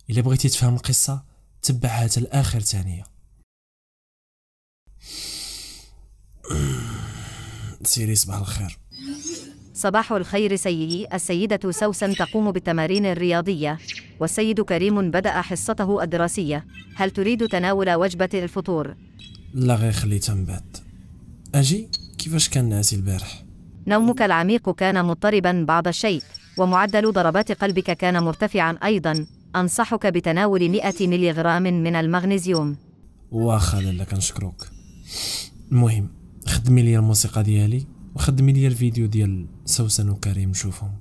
الا بغيتي تفهم القصه تبعها حتى الاخر ثانيه. سيري صباح الخير. صباح الخير سيدي. السيدة سوسن تقوم بالتمارين الرياضية، والسيد كريم بدأ حصته الدراسية. هل تريد تناول وجبة الفطور؟ لا غير خليتها من بعد. اجي كيفاش كان ناسي البارح؟ نومك العميق كان مضطربا بعض الشيء، ومعدل ضربات قلبك كان مرتفعا أيضا. أنصحك بتناول 100 ملغرام من المغنيسيوم. واخا لالا كنشكروك. المهم خدمي لي الموسيقى ديالي وخدمي لي الفيديو ديال سوسن وكريم نشوفهم.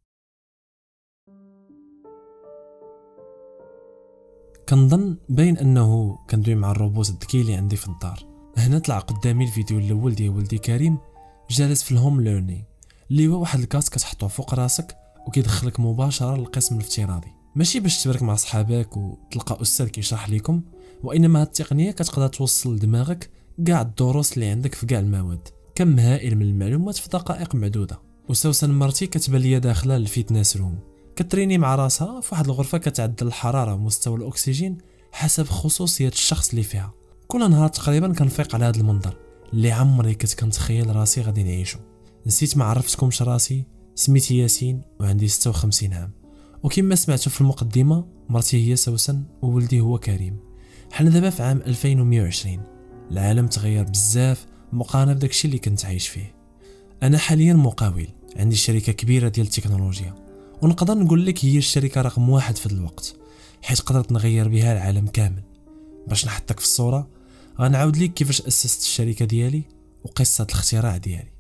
كنظن باين انه كندوي مع الروبوت الذكي اللي عندي في الدار. هنا طلع قدامي الفيديو الاول ديال ولدي كريم جالس في الهوم ليرنينغ، اللي هو واحد الكاس كتحطوه فوق راسك وكيدخلك مباشره للقسم الافتراضي، ماشي باش تبارك مع صحابك وتلقى استاذ كيشرح لكم، وانما هاد التقنيه كتقدر توصل لدماغك كاع الدروس اللي عندك في كاع المواد. كم هائل من المعلومات في دقائق معدوده. وسوسن مرتي كتبان ليا داخله للفيتنس روم كتريني مع راسها في واحد الغرفه كتعدل الحراره ومستوى الاكسجين حسب خصوصيات الشخص اللي فيها. كل نهار تقريبا كنفيق على هذا المنظر اللي عمري كنت كنتخيل راسي غادي نعيشو. نسيت ما عرفتكمش راسي، سميتي ياسين وعندي 56 عام، وكما سمعتوا في المقدمه مرتي هي سوسن وولدي هو كريم. حنا دابا في عام 2120، العالم تغير بزاف مقارنه بداكشي اللي كنت عايش فيه. انا حاليا مقاول، عندي شركه كبيره ديال التكنولوجيا، ونقدر نقول لك هي الشركه رقم واحد في الوقت، حيت قدرت نغير بها العالم كامل. باش نحطك في الصوره غنعاود لك كيفاش اسست الشركه ديالي وقصه الاختراع ديالي.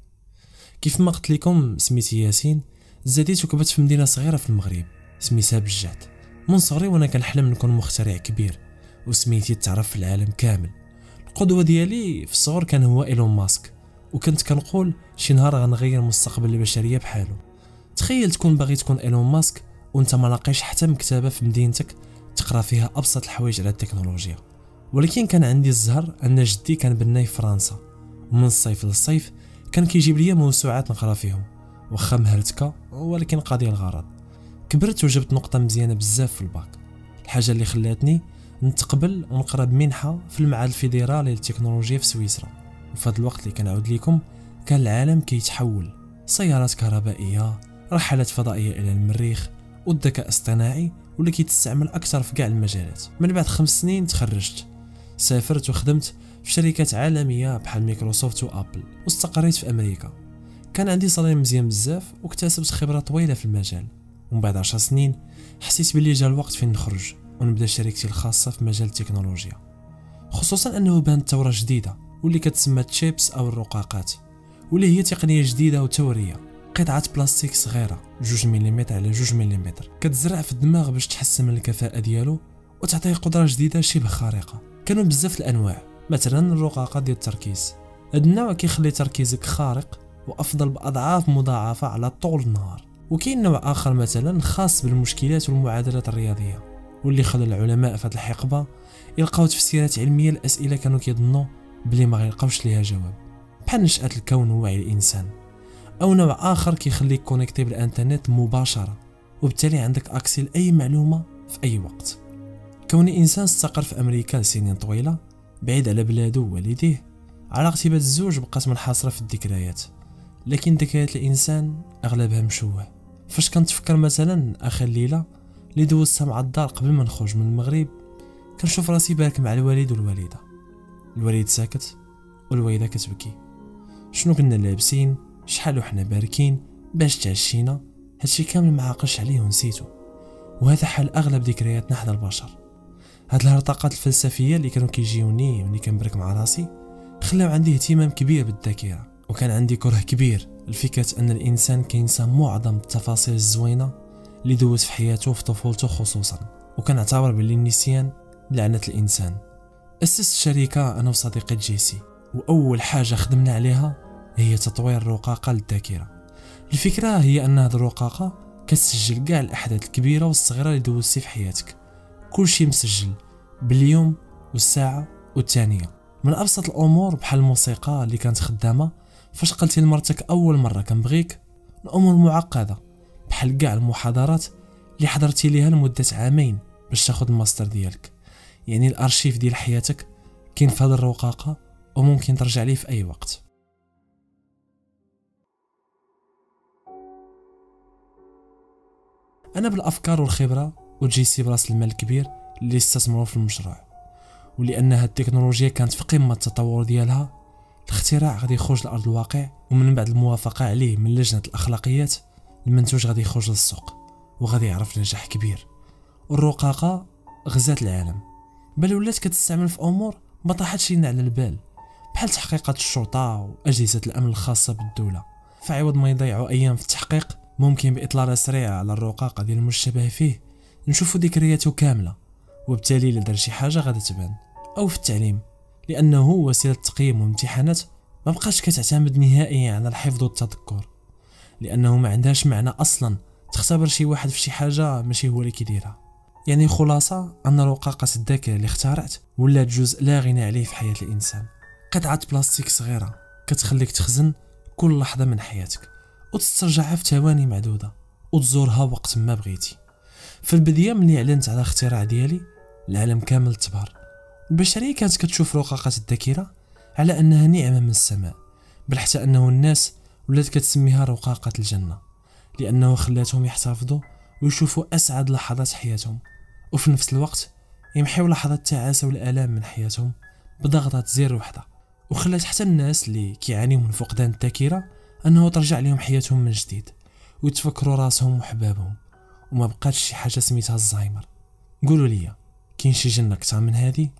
كيف ما قلت لكم سميتي ياسين، زاديت وكبرت في مدينه صغيره في المغرب سميتها بجات. من صغري وانا كنحلم نكون مخترع كبير وسميتي تعرف في العالم كامل. القدوه ديالي في الصغر كان هو ايلون ماسك، وكنت كنقول شي نهار غنغير مستقبل البشريه بحالو. تخيل تكون باغي تكون ايلون ماسك وانت ما لاقيش حتى مكتبه في مدينتك تقرا فيها ابسط الحوايج على التكنولوجيا. ولكن كان عندي الزهر ان جدي كان بناي في فرنسا، ومن الصيف للصيف كان كيجيب لي موسوعات نقرا فيهم، واخا مهرتكا ولكن قاضي الغرض. كبرت وجبت نقطه مزيانه بزاف في الباك، الحاجه اللي خلاتني نتقبل ونقرا بمنحه في المعهد الفيدرالي للتكنولوجيا في سويسرا. وفي هذا الوقت اللي كنعاود لكم كان العالم كيتحول، سيارات كهربائيه، رحلات فضائيه الى المريخ، والذكاء الاصطناعي واللي كيتستعمل اكثر في كاع المجالات. من بعد 5 سنين تخرجت، سافرت وخدمت في شركات عالميه بحال مايكروسوفت وابل، واستقريت في امريكا. كان عندي صالير مزيان بزاف واكتسبت خبره طويله في المجال. ومن بعد 10 سنين حسيت بلي جا الوقت فين نخرج ونبدا شركتي الخاصه في مجال التكنولوجيا، خصوصا انه بانت ثوره جديده واللي كتسمى تشيبس او الرقاقات، واللي هي تقنيه جديده وثوريه. قطعه بلاستيك صغيره 2 ملم على 2 ملم كتزرع في الدماغ باش تحسن من الكفاءه ديالو وتعطيه قدره جديده شبه خارقه. كانوا بزاف الانواع، مثلا الرقاقه ديال التركيز، هاد النوع كيخلي تركيزك خارق وافضل باضعاف مضاعفه على طول النهار. وكاين نوع اخر مثلا خاص بالمشكلات والمعادلات الرياضيه، واللي خلى العلماء في هذه الحقبه يلقاو تفسيرات علميه لاسئله كانوا كيظنوا بلي ما غيلقاوش ليها جواب، بحال نشأة الكون ووعي الانسان. او نوع اخر كيخليك كونيكتي بالانترنت مباشره، وبالتالي عندك اكسي لاي معلومه في اي وقت. كوني انسان استقر في امريكا لسنين طويله بعيد على بلادو ووالديه، علاقتي بهاد الزوج بقات منحصره في الذكريات، لكن ذكريات الانسان اغلبها مشوه. فاش كنتفكر مثلا اخر ليله اللي دوزتها مع الدار قبل ما نخرج من المغرب، كنشوف راسي بارك مع الوالد والوالده، الوالد ساكت والوالده كتبكي. شنو كنا لابسين، شحال وحنا باركين، باش تعشينا، هادشي كامل ما عاقلش عليه ونسيتو. وهذا حال اغلب ذكرياتنا حنا البشر. هاد الهرطقات الفلسفيه اللي كانوا كيجيوني ملي كنبرك مع راسي خلاو عندي اهتمام كبير بالذاكره، وكان عندي كره كبير لفكره ان الانسان كينسى معظم التفاصيل الزوينه اللي دوز في حياته في طفولته خصوصا، وكنعتبر باللي النسيان لعنه الانسان. اسست شركه انا وصديقي جيسي، واول حاجه خدمنا عليها هي تطوير رقاقه للذاكره. الفكره هي ان هذه الرقاقه كتسجل كاع الاحداث الكبيره والصغيره اللي دوزتي في حياتك، كلشي مسجل باليوم والساعه والثانيه. من ابسط الامور بحال الموسيقى اللي كانت خدامه فاش قلتي لمرتك اول مره كنبغيك، الامور معقده بحال كاع المحاضرات اللي حضرتي ليها لمده عامين باش تاخد الماستر ديالك. يعني الارشيف ديال حياتك كاين في هذه الرقاقه وممكن ترجع ليه في اي وقت. انا بالافكار والخبره وجيسي براس المال الكبير اللي استثمروا في المشروع، ولانها التكنولوجيا كانت في قمه التطور ديالها، الاختراع غادي يخرج لارض الواقع، ومن بعد الموافقه عليه من لجنه الاخلاقيات المنتوج غادي يخرج للسوق وغادي يعرف نجاح كبير. والرقاقه غزات العالم، بل ولات كتستعمل في امور ما طاحتش لنا على البال، بحال تحقيقات الشرطه واجهزه الامن الخاصه بالدوله. فعوض ما يضيعوا ايام في التحقيق، ممكن باطلاله سريعه على الرقاقه ديال المشتبه فيه نشوفوا ذكرياته كامله، وبالتالي الا دار شي حاجه غادي تبان. او في التعليم، لانه وسيله تقييم وامتحانات ما بقاش كتعتمد نهائيا على الحفظ والتذكر، لانه ما عندهاش معنى اصلا تختبر شي واحد في شي حاجه ماشي هو اللي كيديرها. يعني خلاصه ان رقاقه الذاكره اللي اخترعت ولات جزء لا غنى عليه في حياه الانسان، قطعه بلاستيك صغيره كتخليك تخزن كل لحظه من حياتك وتسترجعها في ثواني معدوده وتزورها وقت ما بغيتي. في البدايه ملي اعلنت على الاختراع ديالي العالم كامل تبهر. البشريه كانت كتشوف رقاقه الذاكره على انها نعمه من السماء، بل حتى انه الناس ولات كتسميها رقاقه الجنه، لانه خلاتهم يحتفظوا ويشوفوا اسعد لحظات حياتهم، وفي نفس الوقت يمحيو لحظات التعاسه والالام من حياتهم بضغطه زر وحده. وخلات حتى الناس اللي كيعانيو من فقدان الذاكره انه ترجع لهم حياتهم من جديد ويتفكروا راسهم وحبابهم، وما بقاتش شي حاجه سميتها الزهايمر. قولوا لي، كاين شي جنه اكثر من هذه؟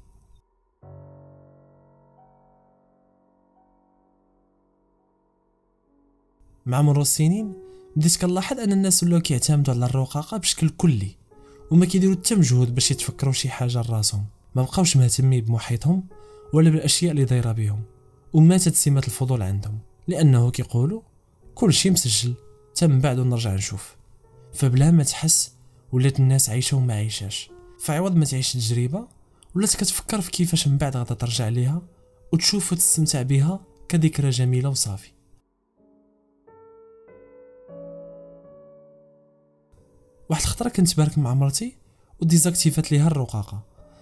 مع مرور السنين بديت كنلاحظ ان الناس ولاو كيعتمدوا على الرقاقه بشكل كلي، وما كيديروا حتى مجهود باش يتفكروا شي حاجه لراسهم. ما بقاوش مهتمين بمحيطهم ولا بالاشياء اللي دايره بهم، وماتت سمات الفضول عندهم، لانه كيقولوا كل شيء مسجل تم بعد ونرجع نشوف. فبلا ما تحس ولات الناس عايشه وما عايشاش، فعوض ما تعيش التجربه ولات كتفكر في كيفاش من بعد غادا ترجع ليها وتشوف وتستمتع بها كذكرى جميله وصافي. واحد الخطره كنت بارك مع مرتي وديزاكتيفات ليها الرقاقه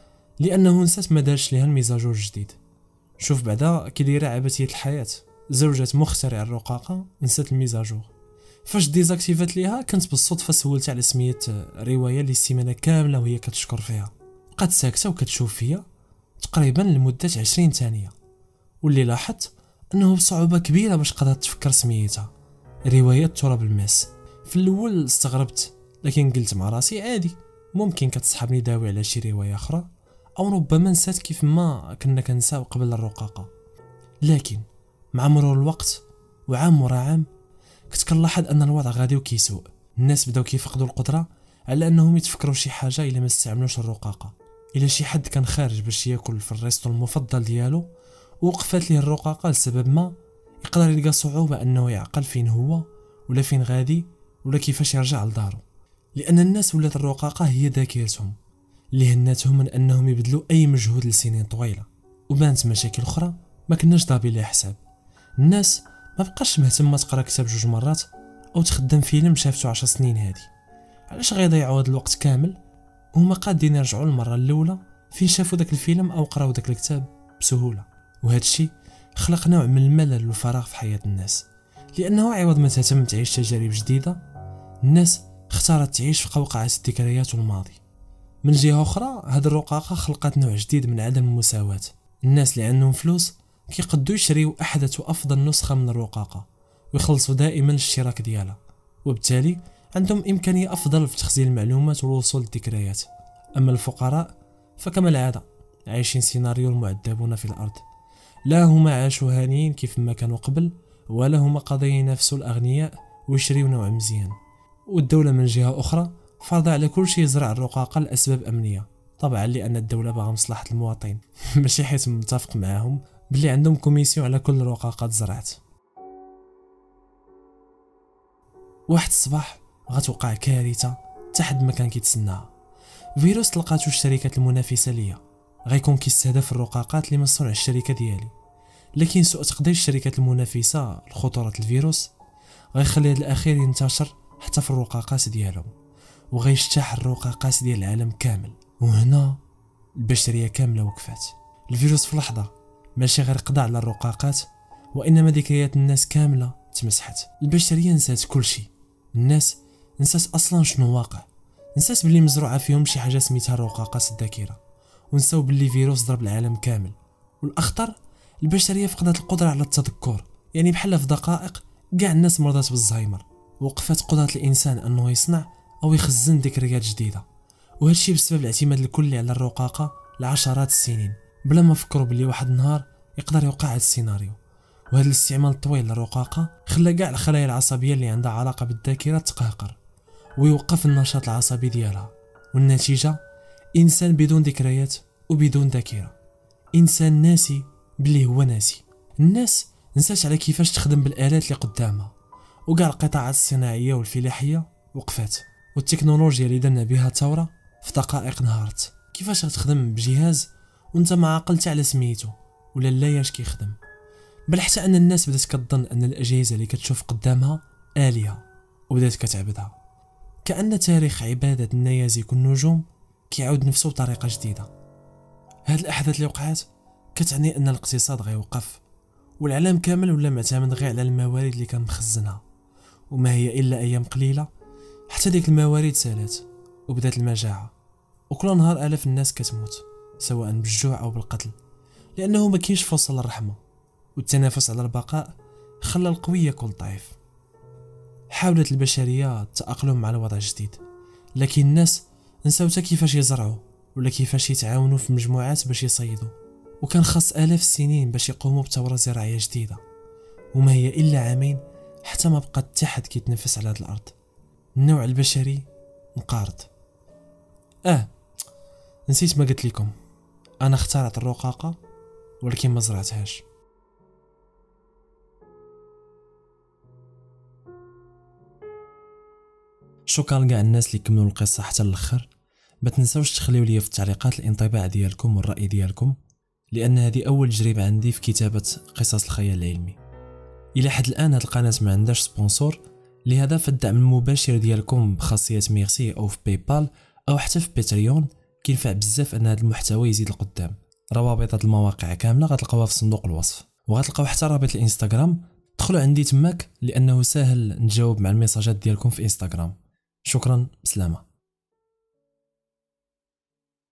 لانه نسات ما دارش ليها الميزاجور الجديد. شوف بعدا كي دايره عبثيه الحياه، زوجة مخترع الرقاقه نسات الميزاجور. فاش ديزاكتيفات ليها كنت بالصدفه سولتها على سميه روايه اللي السيمانه كامله وهي كتشكر فيها، بقات ساكته وكتشوف فيا تقريبا لمده 20 ثانيه، واللي لاحظت انه بصعوبه كبيره باش قدرت تفكر سميتها روايه تراب الماس. في الاول استغربت، لكن قلت مع راسي عادي، ممكن كتصحابني داوي على شي روايه اخرى، او ربما نسات كيف ما كنا كنساو قبل الرقاقه. لكن مع مرور الوقت وعام ورا عام كنت كنلاحظ ان الوضع غادي وكيسوء. الناس بداو كيفقدوا القدره على انهم يتفكروا شي حاجه الا ما استعملوش الرقاقه. الا شي حد كان خارج باش ياكل في الريستو المفضل ديالو ووقفات ليه الرقاقه لسبب ما، يقدر يلقى صعوبه انه يعقل فين هو ولا فين غادي ولا كيفاش يرجع لدارو، لان الناس ولات الرقاقه هي ذاكرتهم اللي هناتهم من انهم يبذلوا اي مجهود لسنين طويله. وبانت مشاكل اخرى ما كناش ضابين لها حساب. الناس ما بقاش مهتمه تقرا كتاب 2 مرات او تخدم فيلم شافته 10 سنين. هادي علاش غيضيعوا هذا الوقت كامل وهما قادين يرجعوا للمره الاولى فين شافوا داك الفيلم او قراو داك الكتاب بسهوله؟ وهذا الشيء خلق نوع من الملل والفراغ في حياه الناس، لانه عوض ما تهتم تعيش تجارب جديده، الناس اختارت تعيش في قوقعه الذكريات والماضي. من جهه اخرى هذه الرقاقه خلقت نوع جديد من عدم المساواه. الناس اللي عندهم فلوس كيقدروا يشريو احدث وافضل نسخه من الرقاقه ويخلصوا دائما الاشتراك ديالها، وبالتالي عندهم امكانيه افضل في تخزين المعلومات والوصول للذكريات. اما الفقراء فكما العاده عايشين سيناريو المعذبون في الارض، لا هما عاشوا هانيين كيف ما كانوا قبل، ولا هما قادرين ينافسوا الاغنياء ويشريو نوع مزيان. والدوله من جهه اخرى فرض على كل شيء يزرع الرقاقه لاسباب امنيه، طبعا لان الدوله باغا مصلحه المواطن ماشي حيت متفق معاهم باللي عندهم كوميسيون على كل رقاقه زرعت. واحد الصباح غتوقع كارثه تحد ما كان كيتسناها. فيروس لقاتو الشركات المنافسه ليا غيكون كيستهدف الرقاقات اللي من صنع الشركه ديالي، لكن سوء تقدير الشركات المنافسه لخطوره الفيروس غيخلي هذا الاخير ينتشر حتى في الرقاقات ديالهم، وغيجتاح الرقاقات ديال العالم كامل. وهنا البشريه كامله وقفات. الفيروس في لحظه ماشي غير قضى على الرقاقات، وانما ذكريات الناس كامله تمسحت. البشريه نسات كل شيء. الناس نسات اصلا شنو واقع، نسات باللي مزروعه فيهم شي حاجه سميتها الرقاقات الذاكره، ونساو باللي فيروس ضرب العالم كامل. والاخطر البشريه فقدت القدره على التذكر، يعني بحال في دقائق كاع الناس مرضات بالزهايمر. وقفت قدره الانسان انه يصنع او يخزن ذكريات جديده، وهذا الشيء بسبب الاعتماد الكلي على الرقاقه لعشرات السنين بلا ما فكروا باللي واحد النهار يقدر يوقع هذا السيناريو. وهذا الاستعمال الطويل للرقاقه خلى كاع الخلايا العصبيه اللي عندها علاقه بالذاكره تقهقر ويوقف النشاط العصبي ديالها. والنتيجه انسان بدون ذكريات وبدون ذاكره، انسان ناسي باللي هو ناسي. الناس نسات على كيفاش تخدم بالالات اللي قدامها، وكاع القطاعات الصناعيه والفلاحيه وقفات، والتكنولوجيا اللي درنا بها ثوره في دقائق انهارت. كيفاش غتخدم بجهاز وانت ما عاقل على سميتو ولا لا اش كيخدم؟ بل حتى ان الناس بدات كتظن ان الاجهزه اللي كتشوف قدامها الهه وبدات كتعبدها، كأن تاريخ عباده النيازك والنجوم كيعود نفسه بطريقه جديده. هاد الاحداث اللي وقعات كتعني ان الاقتصاد غيوقف، والعالم كامل ولا معتمد غير على الموارد اللي كان مخزنها، وما هي الا ايام قليله حتى ديك الموارد سالات وبدات المجاعه، وكل نهار الاف الناس كتموت سواء بالجوع او بالقتل، لانه ما كاينش فرصه للرحمه، والتنافس على البقاء خلى القوي ياكل الضعيف. حاولت البشريه التاقلم مع الوضع الجديد، لكن الناس نساو حتى كيفاش يزرعوا ولا كيفاش يتعاونوا في مجموعات باش يصيدوا، وكان خاص آلاف السنين باش يقوموا بثورة زراعية جديدة، وما هي إلا عامين حتى ما بقى حتى حد كيتنفس على هاد الأرض. النوع البشري انقرض. نسيت ما قلت لكم، أنا اخترعت الرقاقة ولكن ما زرعتهاش. شكرا لكاع الناس اللي كملوا القصة حتى الاخر. ما تنساوش تخليو لي في التعليقات الانطباع ديالكم والرأي ديالكم، لأن هذه أول تجربة عندي في كتابة قصص الخيال العلمي. إلى حد الآن هذه القناة ما عندهاش سبونسور، لهذا فالدعم المباشر ديالكم بخاصية ميرسي أو في بايبال أو حتى في باتريون كينفع بزاف أن هذا المحتوى يزيد القدام. روابط المواقع كاملة غتلقاوها في صندوق الوصف، وغتلقاو حتى رابط الانستغرام. دخلوا عندي تماك لأنه ساهل نجاوب مع الميساجات ديالكم في انستغرام. شكرا، بسلامة.